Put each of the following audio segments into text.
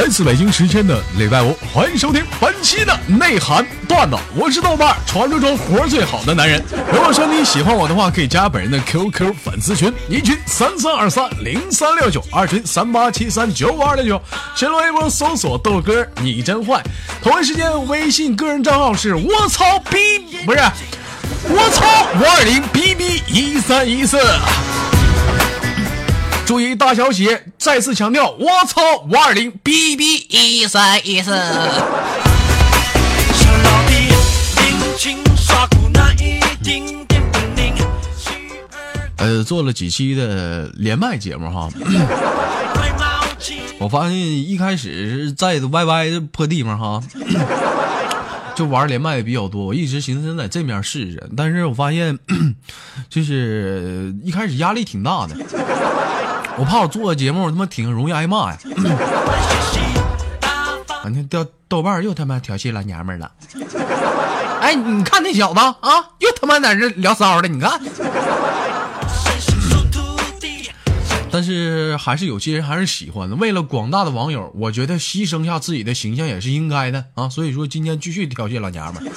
来自北京时间的礼拜五，欢迎收听本期的内涵段子。我是豆瓣传说中活最好的男人。如果说你喜欢我的话，可以加本人的 QQ 粉丝群，一群33230369，二群38739569，新浪微博搜索豆哥你真坏。同一时间微信个人账号是我操 B 不是我操520BB1314。注意大小写，再次强调，我操520BB1314。做了几期的连麦节目哈，我发现一开始是在歪歪的破地方哈，就玩连麦比较多。我一直寻思在这面试试，但是我发现就是一开始压力挺大的。我怕我做节目我他妈挺容易挨骂呀。反正豆瓣又他妈调戏老娘们了。哎，你看那小子啊，又他妈在这聊骚的，你看。但是还是有些人还是喜欢的，为了广大的网友，我觉得牺牲下自己的形象也是应该的啊。所以说今天继续调戏老娘们。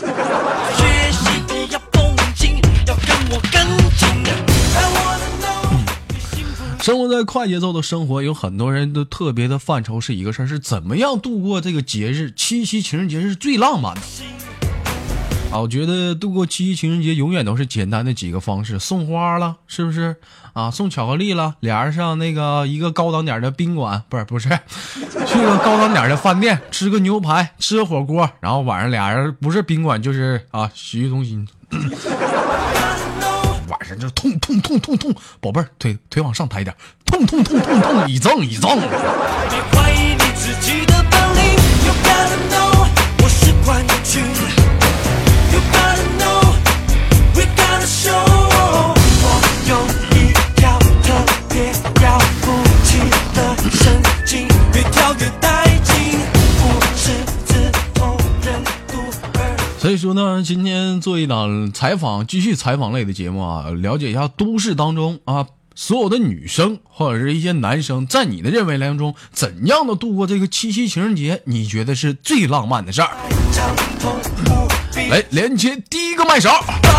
生活在快节奏的生活，有很多人都特别的范畴是一个事儿，是怎么样度过这个节日。七夕情人节是最浪漫的啊！我觉得度过七夕情人节永远都是简单的几个方式，送花了，是不是啊？送巧克力了，俩人上那个一个高档点的宾馆，不是，去个高档点的饭店，吃个牛排，吃个火锅，然后晚上俩人不是宾馆就是啊洗浴中心。晚上就痛，宝贝儿，腿往上抬点，痛，一赠。别怀疑你自己的本领 You gotta know 我是冠军 You gotta know We gotta show 我有一条特别了不起的神经，越跳越带劲，不是自投人独儿。所以说呢，今天做一档采访，继续采访类的节目啊，了解一下都市当中啊，所有的女生或者是一些男生，在你的认为当中，怎样的度过这个七夕情人节，你觉得是最浪漫的事儿？来连接第一个麦手。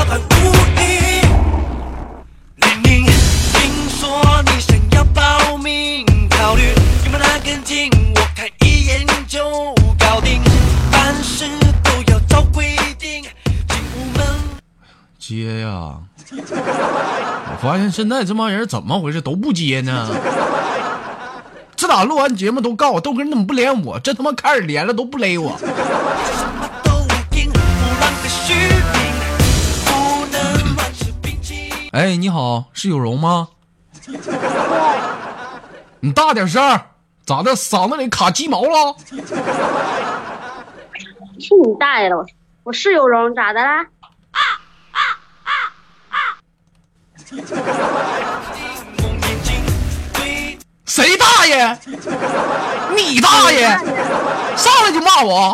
听说你想要报名，考虑有没有那根筋，我看一眼就搞定，凡事都要照规定，进屋门接呀。我发现现在这帮人怎么回事都不接呢？这咋录完节目都告我豆哥你怎么不连我？这他妈开始连了都不勒我。哎，你好，是有容吗？你大点声，咋的？嗓子里卡鸡毛了？ 去你大爷的！我是有容，咋的啦？ 谁大爷？你大爷！上来就骂我，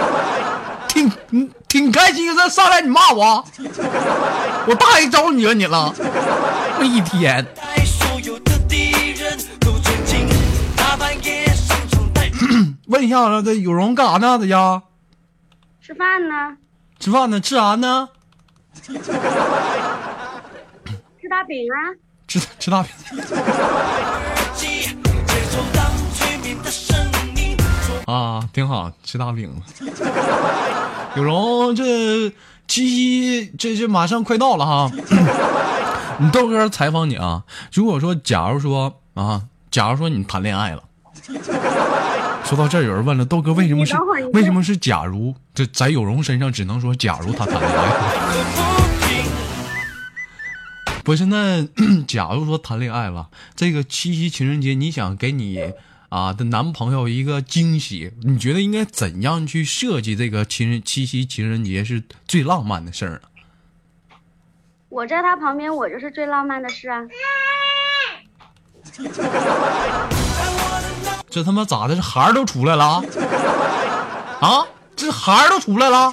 挺开心的，上来你骂我，我大爷招惹你了？我一天。问一下，这有容干啥呢？在家吃饭呢？ 吃饭呢？吃啥呢？ 吃大饼啊！ 吃大饼。啊，挺好，吃大饼。有容，这七夕这马上快到了哈。你豆哥采访你啊，如果说假如说你谈恋爱了。说到这儿，有人问了，豆哥为什么是假如？这在有容身上只能说假如他谈恋爱。不是，那假如说谈恋爱了，这个七夕情人节，你想给你的男朋友一个惊喜，你觉得应该怎样去设计这个七夕情人节是最浪漫的事儿呢？ 我在他旁边，我就是最浪漫的事啊！ 这他妈咋的？这孩儿都出来了啊！这孩儿都出来了。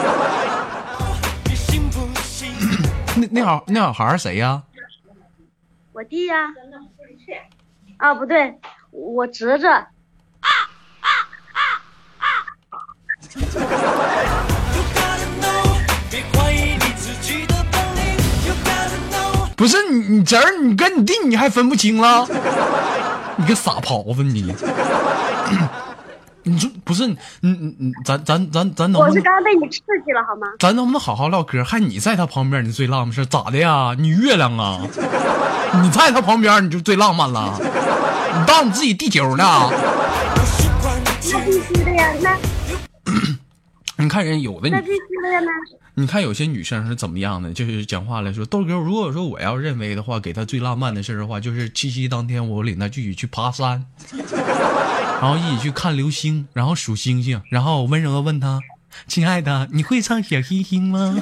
那小孩谁呀？ 我弟呀。啊，不对，我侄子。 不是你侄儿，你跟你弟你还分不清了？你个傻狍子你！你说不是咱能不能？ 我是刚刚被你刺激了好吗？ 咱能不能好好唠嗑？还你在他旁边，你最浪漫是咋的呀？你月亮啊！你在他旁边你就最浪漫了，你当你自己地球呢？ 那必须的呀，那你看人有的那必须的呀，那你看有些女生是怎么样的？就是讲话来说，豆哥，如果说我要认为的话，给她最浪漫的事的话，就是七夕当天我领她一起去爬山，然后一起去看流星，然后数星星，然后我温柔的问她：“亲爱的，你会唱小星星吗？”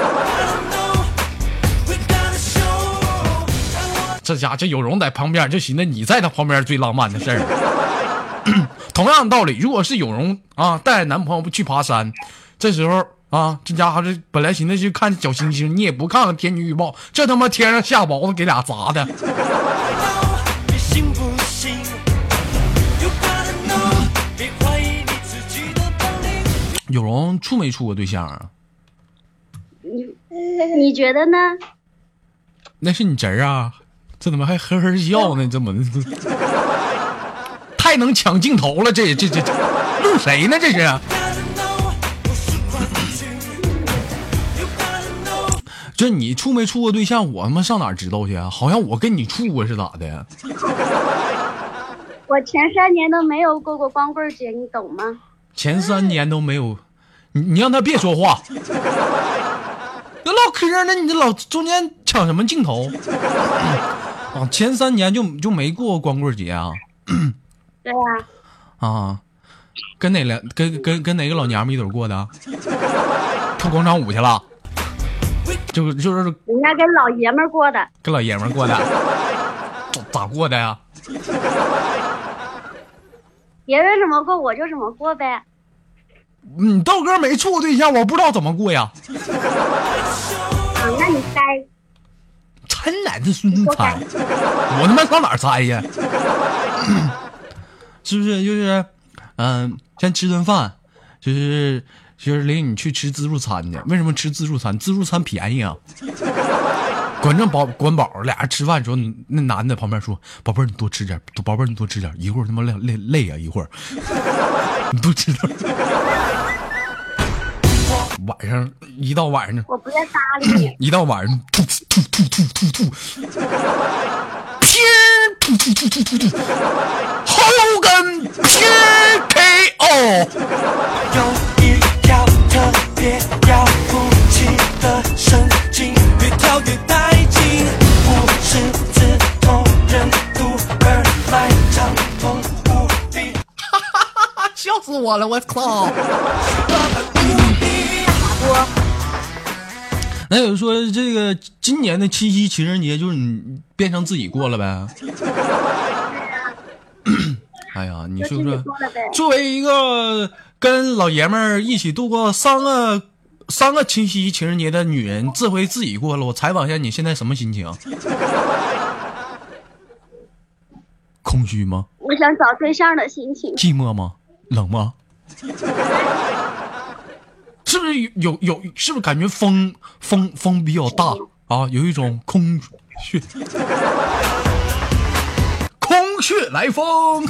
这家这有容在旁边，就寻思你在他旁边最浪漫的事儿。同样的道理，如果是有容啊带着男朋友去爬山，这时候啊，这家伙这本来寻思去看小星星，你也不看看天气预报，这他妈天上下雹子给俩砸的。有容处没处过对象啊？ 你觉得呢？ 那是你侄儿啊，这怎么还呵呵笑呢？这么太能抢镜头了，这录谁呢？这是。这你处没处过对象？我他妈上哪儿知道去啊？好像我跟你处过是咋的？ 我前3年都没有过光棍节，你懂吗？ 前3年都没有，你让他别说话。要唠嗑呢，你这老中间抢什么镜头？啊，前3年就没过光棍节啊？ 对呀。 啊，跟哪个老娘们一起过的？跳广场舞去了？就是人家跟老爷们过的。 跟老爷们过的？咋过的呀？ 别人怎么过我就怎么过呗。 你豆哥没处过对象，我不知道怎么过呀。 那你猜？ 猜哪的孙子猜？我他妈上哪儿猜呀？是不是就是先吃顿饭，就是领你去吃自助餐去。为什么吃自助餐？自助餐便宜啊。管饱，俩人吃饭的时候，那男的旁边说：“宝贝儿，你多吃点，宝贝儿，你多吃点，一会儿他妈累啊，一会儿你多吃点。”晚上一到晚上， 我不在搭理你。 一到晚上，吐，偏吐，后跟偏 KO。有一条特别要不起的神经，越跳越带劲，50字同人独而来长风无比。笑死我了，我操！那有说这个今年的七夕情人节就是你变成自己过了呗？哎呀，你说说，作为一个跟老爷们儿一起度过三个七夕情人节的女人，这回自己过了，我采访一下你现在什么心情？空虚吗？ 我想找对象的心情。 寂寞吗？冷吗？是不是有是不是感觉风比较大啊？有一种空穴来风。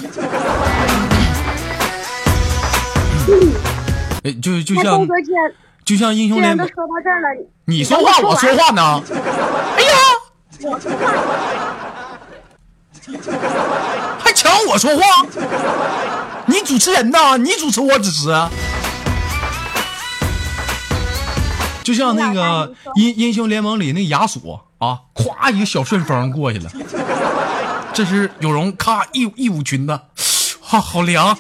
就像英雄联盟。 都说到这儿了， 你说话我说话呢？哎呀， 我说话还抢我说话？你主持人呢？你主持我主持。就像那个英雄联盟里那亚索啊，咵一个小旋风过去了，这是有容咔一舞裙子，好凉。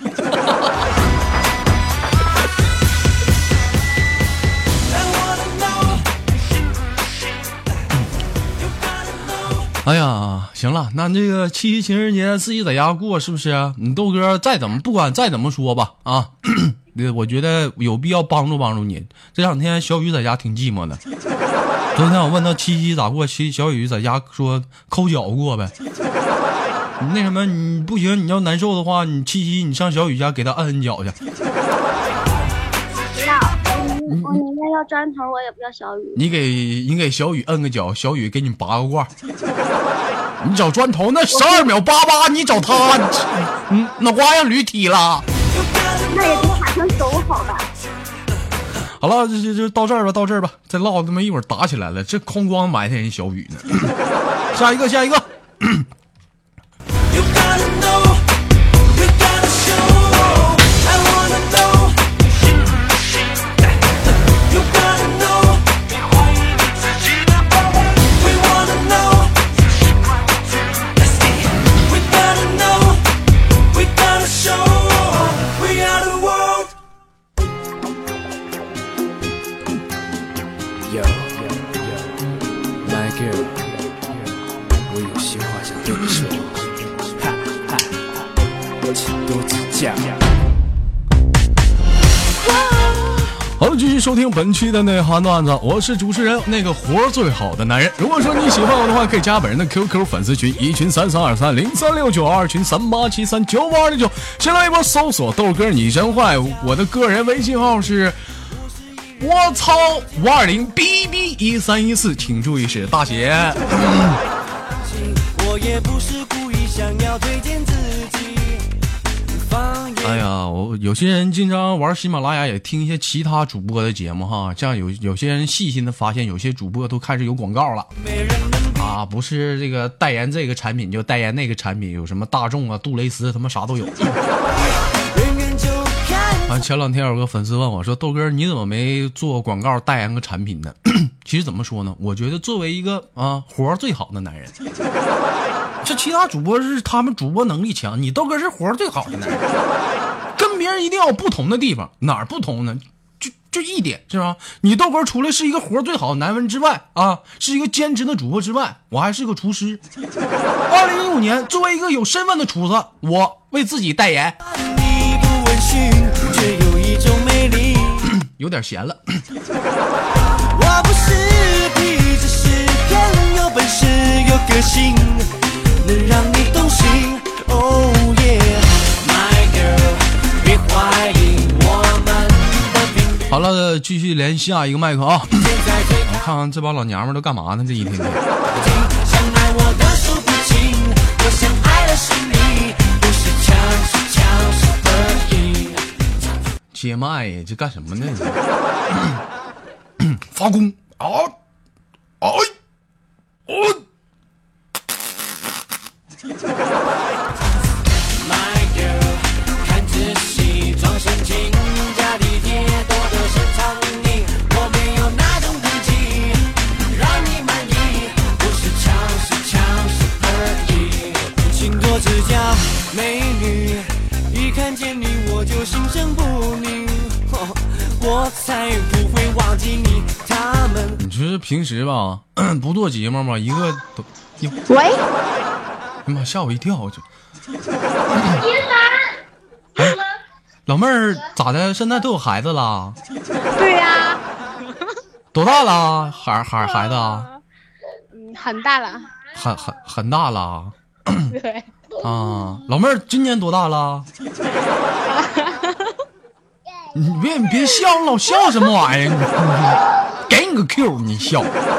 哎呀，行了，那这个七夕情人节自己在家过是不是？你豆哥不管再怎么说吧啊。我觉得有必要帮助你。这2天小雨在家挺寂寞的。昨天我问他七夕咋过，小雨在家说抠脚过呗。那什么，你不行，你要难受的话，你七夕你上小雨家给他摁脚去。 我宁愿要砖头，我也不要小雨。 你给小雨摁个脚，小雨给你拔个罐。你找砖头那12秒88，你找他，脑瓜让驴踢了。 那也得打成手好吧。 好了，就到这儿吧，再唠他妈一会儿打起来了，这哐咣埋汰人小雨呢。下一个。 我有些话想对你说，请多指教。 好了，继续收听本期的内涵段子，我是主持人那个活最好的男人。如果说你喜欢我的话，可以加本人的 QQ 粉丝群，1群33230369，2群38739529，先来一波搜索豆哥你真坏，我的个人微信号是我操520BB1314，请注意是大写。我也不是故意想要推荐自己。哎呀，有些人经常玩喜马拉雅，也听一些其他主播的节目哈。这样有些人细心的发现，有些主播都开始有广告了啊，不是这个代言这个产品就代言那个产品，有什么大众啊、杜蕾斯，他妈啥都有。啊，前两天有个粉丝问我说：“豆哥，你怎么没做广告代言个产品呢？”其实怎么说呢？我觉得作为一个活最好的男人，这其他主播是他们主播能力强，你豆哥是活最好的男人，跟别人一定要有不同的地方，哪儿不同呢？就一点是吧？你豆哥除了是一个活最好的男人之外啊，是一个兼职的主播之外，我还是个厨师。2015年，作为一个有身份的厨子，我为自己代言。却有一种美丽有点咸了。我不是皮，只是更有本事有个性，能让你动心。Oh yeah my girl， 别怀疑我们的频率。好了，继续连下一个麦克啊！我看看这帮老娘们都干嘛呢？这一天天想爱我的手不轻，我想爱的是你，不是强势的意。接麦呀，这干什么呢？发功啊！看仔细装深情，加地铁多的是场景，我没有那种脾气，让你满意，不是强势而已。请多指教，美女，一看见你我就心生不宁，我才不会忘记你。他们，你说平时吧，不做节目嘛，一个都， 喂， 哎妈，吓我一跳！就，哎，老妹儿咋的？现在都有孩子了？ 对呀。 多大了？孩子啊？ 很大了。 很大了。 对。 啊，老妹儿今年多大了？你别笑，老笑什么玩意儿？给你个 Q， 你笑。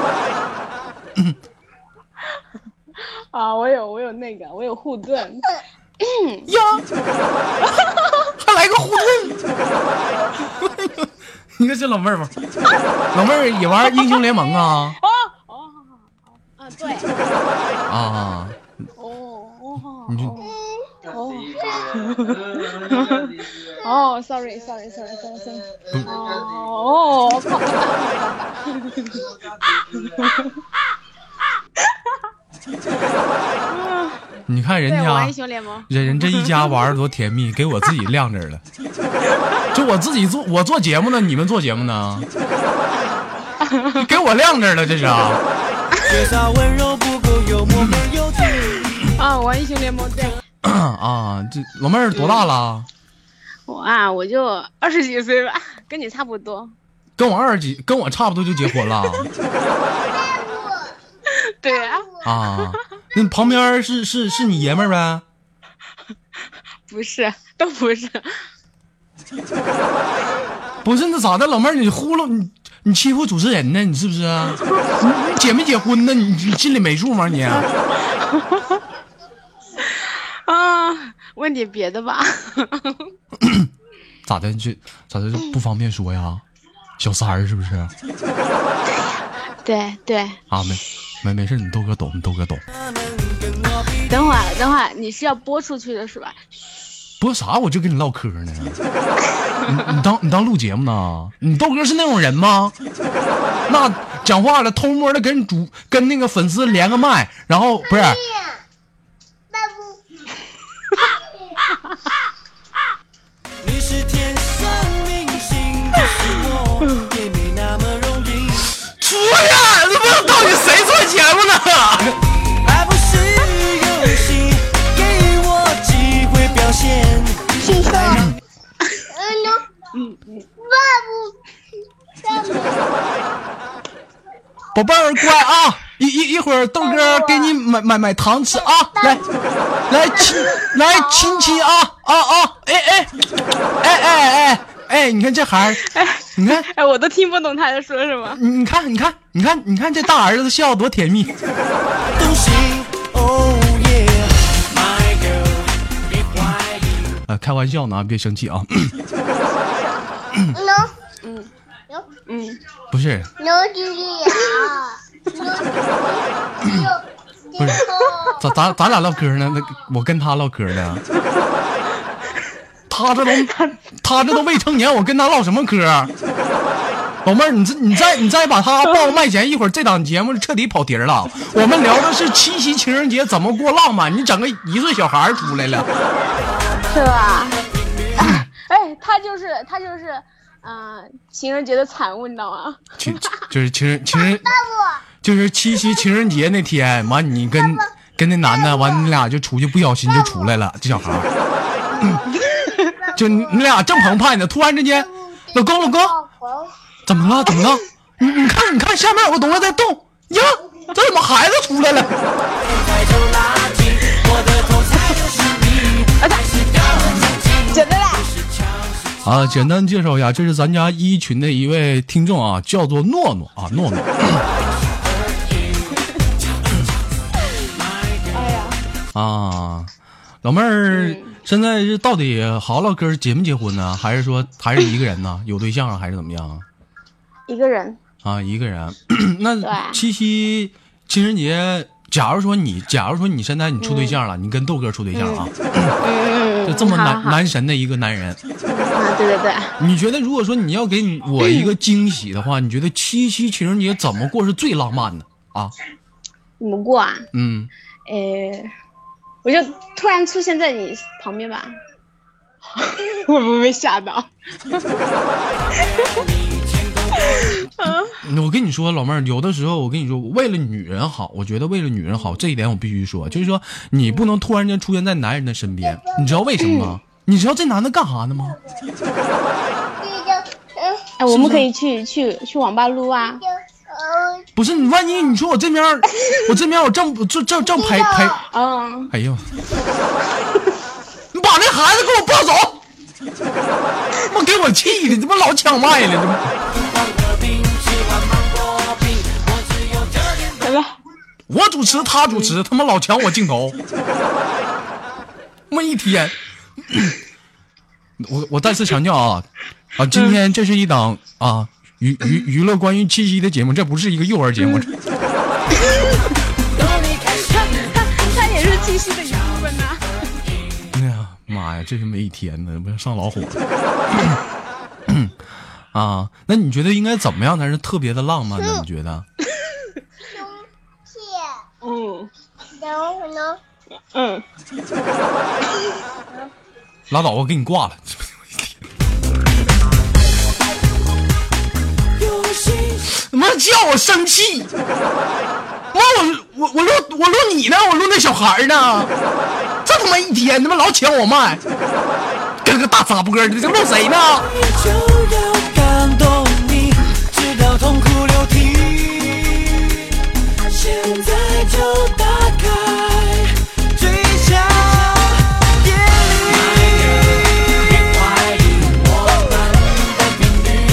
啊，我有那个，我有护盾。 呀，还来个护盾！你看这老妹儿吧，老妹儿也玩英雄联盟啊？ 对。 啊。你就。 sorry。 你看人家，人这一家玩的多甜蜜，给我自己晾着了。就我自己我做节目呢，你们做节目呢？给我晾着了，这是啊。 我英雄联盟对。 啊，这老妹儿多大了？ 我就20几岁吧，跟你差不多。 跟我20几，跟我差不多就结婚了。 对啊。 啊，那旁边是你爷们儿呗？ 不是，都不是。 不是那咋的，老妹儿你糊弄你欺负主持人呢？你是不是啊？你结没结婚呢？你心里没数吗你？ 啊，问点别的吧。 咋的？咋的就不方便说呀？小三儿是不是？ 对对。 啊，没事，你豆哥懂，你豆哥懂。 等会儿，你是要播出去的是吧？ 播啥？我就跟你唠嗑呢。你当录节目呢？你豆哥是那种人吗？那讲话了，偷摸的跟那个粉丝连个麦，然后不是。 你是天上明星，就是我也没那么容易。出呀！你不知道到底谁做节目呢？还不是游戏，给我机会表现。 是说， 宝贝儿乖啊！一会儿豆哥给你买糖吃啊！来亲啊！哎！你看这孩儿，你看， 哎，我都听不懂他在说什么。 你看这大儿子笑多甜蜜。开玩笑呢，别生气啊。不是。不是，咱俩唠嗑呢？那我跟他唠嗑呢。他这都未成年，我跟他唠什么嗑？老妹儿，你再把他报麦前，一会儿这档节目彻底跑题了。我们聊的是七夕情人节怎么过浪漫，你整个1岁小孩出来了， 是吧？哎，他就是，情人节的产物，你知道吗？ 就是情人，就是七夕情人节那天，完你跟那男的，完你俩就出去，不小心就出来了，这小孩。就你俩正澎湃呢，突然之间，老公，怎么了？你看，下面有个东西在动呀，这怎么孩子出来了？ 简单了。 啊，简单介绍一下，这是咱家一群的一位听众啊，叫做诺诺啊，诺诺。啊，老妹儿。现在是到底好唠嗑结没结婚呢？还是说还是一个人呢？有对象啊，还是怎么样啊？ 一个人啊，一个人。那七夕情人节，假如说你现在你处对象了，你跟豆哥处对象啊，就这么男神的一个男人啊，对。 你觉得如果说你要给我一个惊喜的话，你觉得七夕情人节怎么过是最浪漫的啊？ 怎么过啊？我就突然出现在你旁边吧，会不会被吓到？ 我跟你说，老妹儿，有的时候我跟你说，为了女人好，我觉得为了女人好，这一点我必须说，就是说你不能突然间出现在男人的身边，你知道为什么吗？你知道这男的干啥呢吗？ 哎，我们可以去网吧撸啊。 不是你，万一你说我这边我正陪，哎呦，你把那孩子给我抱走，妈给我气的，这不老抢麦了， 这不， 我主持他主持，他妈老抢我镜头，妈一天，我再次强调啊，今天这是一档啊。娱乐关于七夕的节目，这不是一个幼儿节目。 他也是七夕的一部分呢。 哎呀妈呀，这是没一天呢，不要上老火了。啊，那你觉得应该怎么样才是特别的浪漫呢？你觉得？拉倒，我给你挂了。妈叫我生气！妈我录你呢，我录那小孩呢，这他妈一天他妈老抢我麦，跟个大杂波的，这录谁呢？就要感动你，直到痛哭流涕，现在就打开最强电力，别怀疑我们的频率。 ，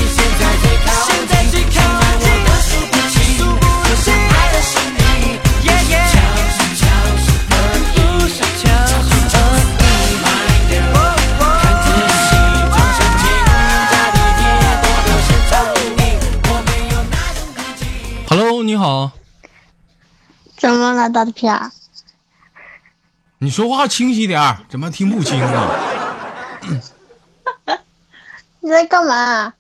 你好。 怎么了，大片儿？ 你说话清晰点儿，怎么听不清啊？ 你在干嘛？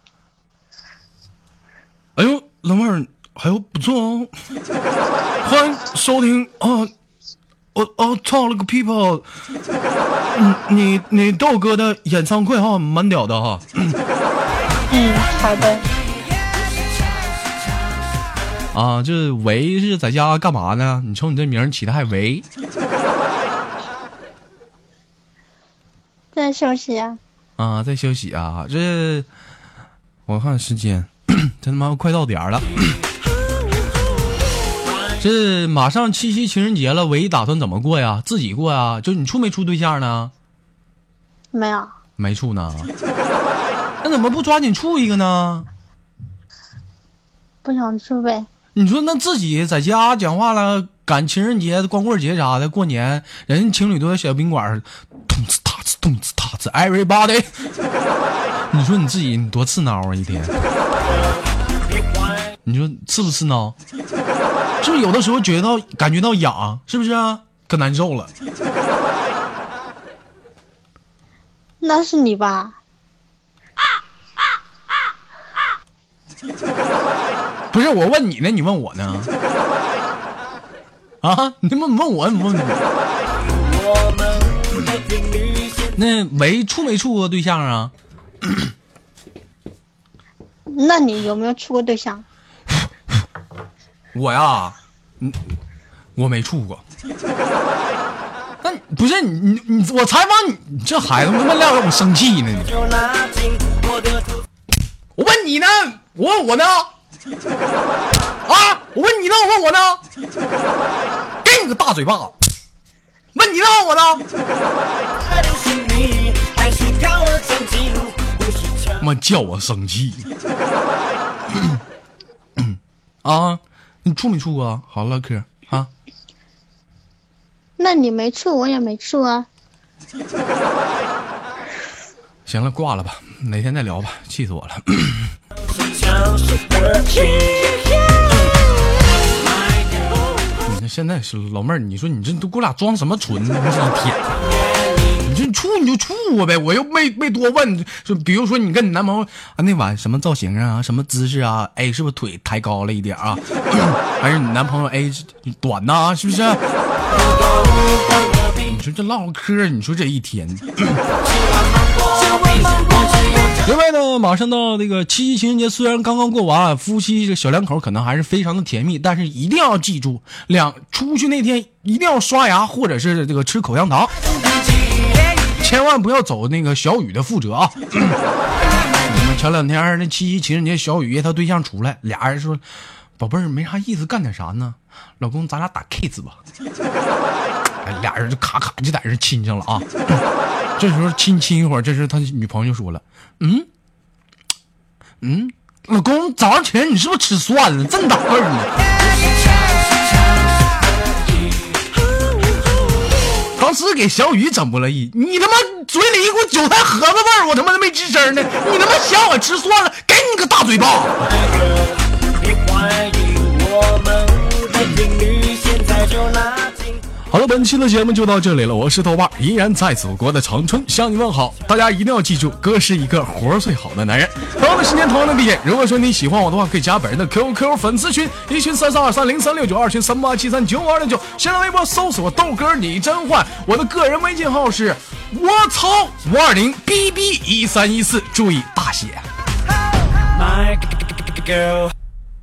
哎呦，老妹儿，还有不错哦。欢迎收听啊！我操了个屁泡！你豆哥的演唱会哈，蛮屌的哈。 好的。 啊，这维是在家干嘛呢？你瞅你这名起的还维。 在休息啊。 啊，在休息啊。这我看时间，这他妈快到点了。这马上七夕情人节了，维打算怎么过呀？自己过呀？就你处没处对象呢？ 没有。 没处呢。那怎么不抓紧处一个呢？ 不想处呗。 你说那自己在家讲话了，赶情人节、光棍节啥的，过年人家情侣都在小宾馆，动次打次，动次打次 ，everybody。你说你自己你多刺挠啊一天？你说刺不刺挠？是不是有的时候感觉到痒，是不是啊？可难受了。 那是你吧？ 不是我问你呢，你问我呢？啊，你问我，你问我。那维处没处过对象啊？ 那你有没有处过对象？ 我呀，我没处过。那不是你，我采访你这孩子他妈让我生气呢！我问你呢，我问我呢？啊！我问你呢，我问我呢？给你个大嘴巴！问你呢，我呢？妈叫我生气！啊！你处没处啊？好唠嗑啊！ 那你没处，我也没处啊。 行了，挂了吧，哪天再聊吧，气死我了。你现在是老妹儿，你说你这都给我俩装什么纯？这一天，你这处你就处我呗，我又没多问。就比如说你跟你男朋友啊，那晚什么造型啊，什么姿势啊？哎，是不是腿抬高了一点啊？还是你男朋友哎短呐？是不是？你说这唠嗑，你说这一天。另外呢，马上到这个七夕情人节，虽然刚刚过完，夫妻这小两口可能还是非常的甜蜜，但是一定要记住，出去那天一定要刷牙，或者是这个吃口香糖，千万不要走那个小雨的覆辙啊！前两天那七夕情人节，小雨约他对象出来，俩人说：“宝贝儿，没啥意思，干点啥呢？老公，咱俩打 kiss 吧。”俩人就咔咔就在这亲上了啊！这时候亲一会儿，这时候他女朋友就说了：“老公，早上起来你是不是吃蒜了？这么大味儿呢？”当时给小雨整不乐意，你他妈嘴里一股韭菜盒子味儿，我他妈都没吱声呢，你他妈嫌我吃蒜了，给你个大嘴巴！好了，本期的节目就到这里了，我是豆瓣，依然在祖国的长春向你问好。大家一定要记住，哥是一个活最好的男人。同样的时间，同样的地点，如果说你喜欢我的话，可以加本人的 QQ 粉丝群，一群33230369，二群38739269，新浪微博搜索豆哥你真坏，我的个人微信号是我操520 BB1314，注意大写。My girl.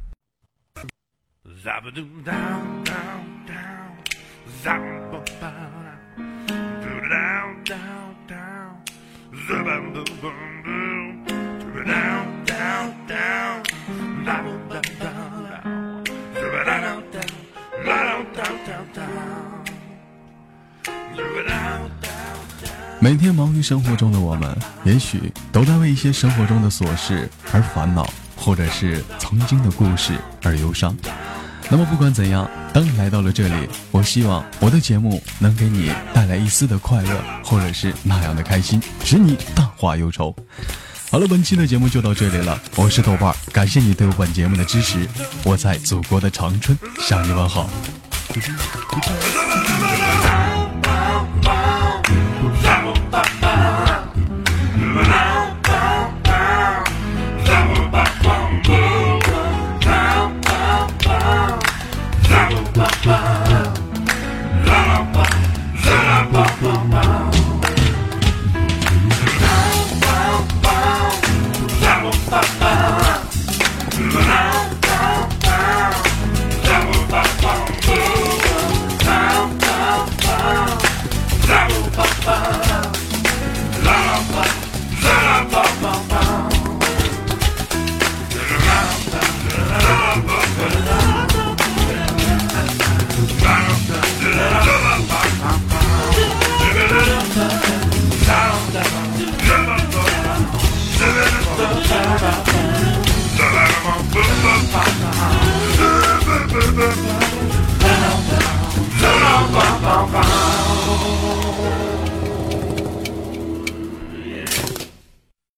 每天忙于生活中的我们，也许都在为一些生活中的琐事而烦恼，或者是曾经的故事而忧伤。那么不管怎样，当你来到了这里，我希望我的节目能给你带来一丝的快乐，或者是那样的开心，使你淡化忧愁。 好了，本期的节目就到这里了，我是豆瓣，感谢你对我本节目的支持，我在祖国的长春向你问好。 Ba-ba-ba-ba-ba-ba